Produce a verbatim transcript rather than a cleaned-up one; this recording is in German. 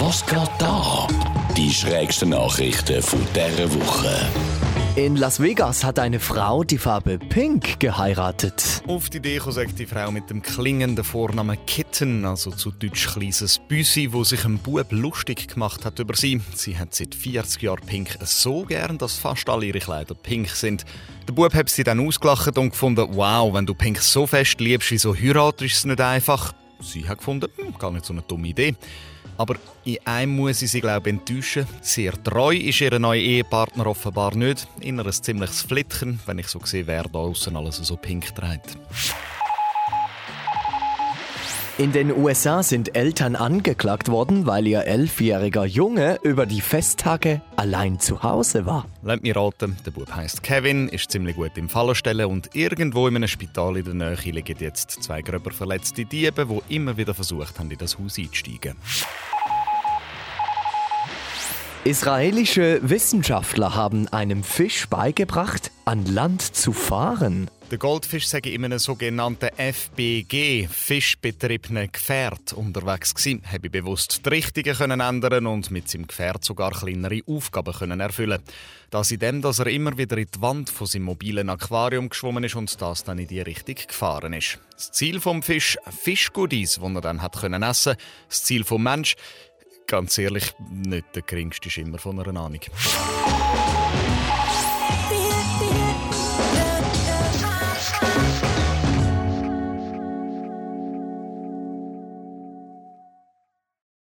Was geht da? Die schrägsten Nachrichten von dieser Woche. In Las Vegas hat eine Frau die Farbe Pink geheiratet. Auf die Idee kam die Frau mit dem klingenden Vornamen Kitten, also zu Deutsch kleines Büsi, wo sich ein Bub lustig gemacht hat über sie. Sie hat seit vierzig Jahren Pink so gern, dass fast alle ihre Kleider pink sind. Der Bub hat sie dann ausgelacht und gefunden, wow, wenn du Pink so fest liebst, wieso heiratest du es nicht einfach? Sie hat gefunden, hm, gar nicht so eine dumme Idee. Aber in einem muss ich sie, glaube ich, enttäuschen. Sehr treu ist ihr neuer Ehepartner offenbar nicht. Inner ein ziemliches Flittchen, wenn ich so sehe, wer da aussen alles so pink trägt. In den U S A sind Eltern angeklagt worden, weil ihr elfjähriger Junge über die Festtage allein zu Hause war. Lasst mich raten, der Bub heisst Kevin, ist ziemlich gut im Fallenstellen und irgendwo in einem Spital in der Nähe liegen jetzt zwei gröber verletzte Diebe, die immer wieder versucht haben, in das Haus einzusteigen. Israelische Wissenschaftler haben einem Fisch beigebracht, an Land zu fahren. Der Goldfisch sei in einem sogenannten F B G, fischbetriebenen Gefährt, unterwegs gewesen, habe bewusst die Richtungen können ändern und mit seinem Gefährt sogar kleinere Aufgaben können erfüllen. Das in dem, dass er immer wieder in die Wand von seinem mobilen Aquarium geschwommen ist und das dann in die Richtung gefahren ist. Das Ziel vom Fisch, Fischgoodies, die er dann hat können essen. Das Ziel vom Mensch, ganz ehrlich, nicht der geringste Schimmer von einer Ahnung.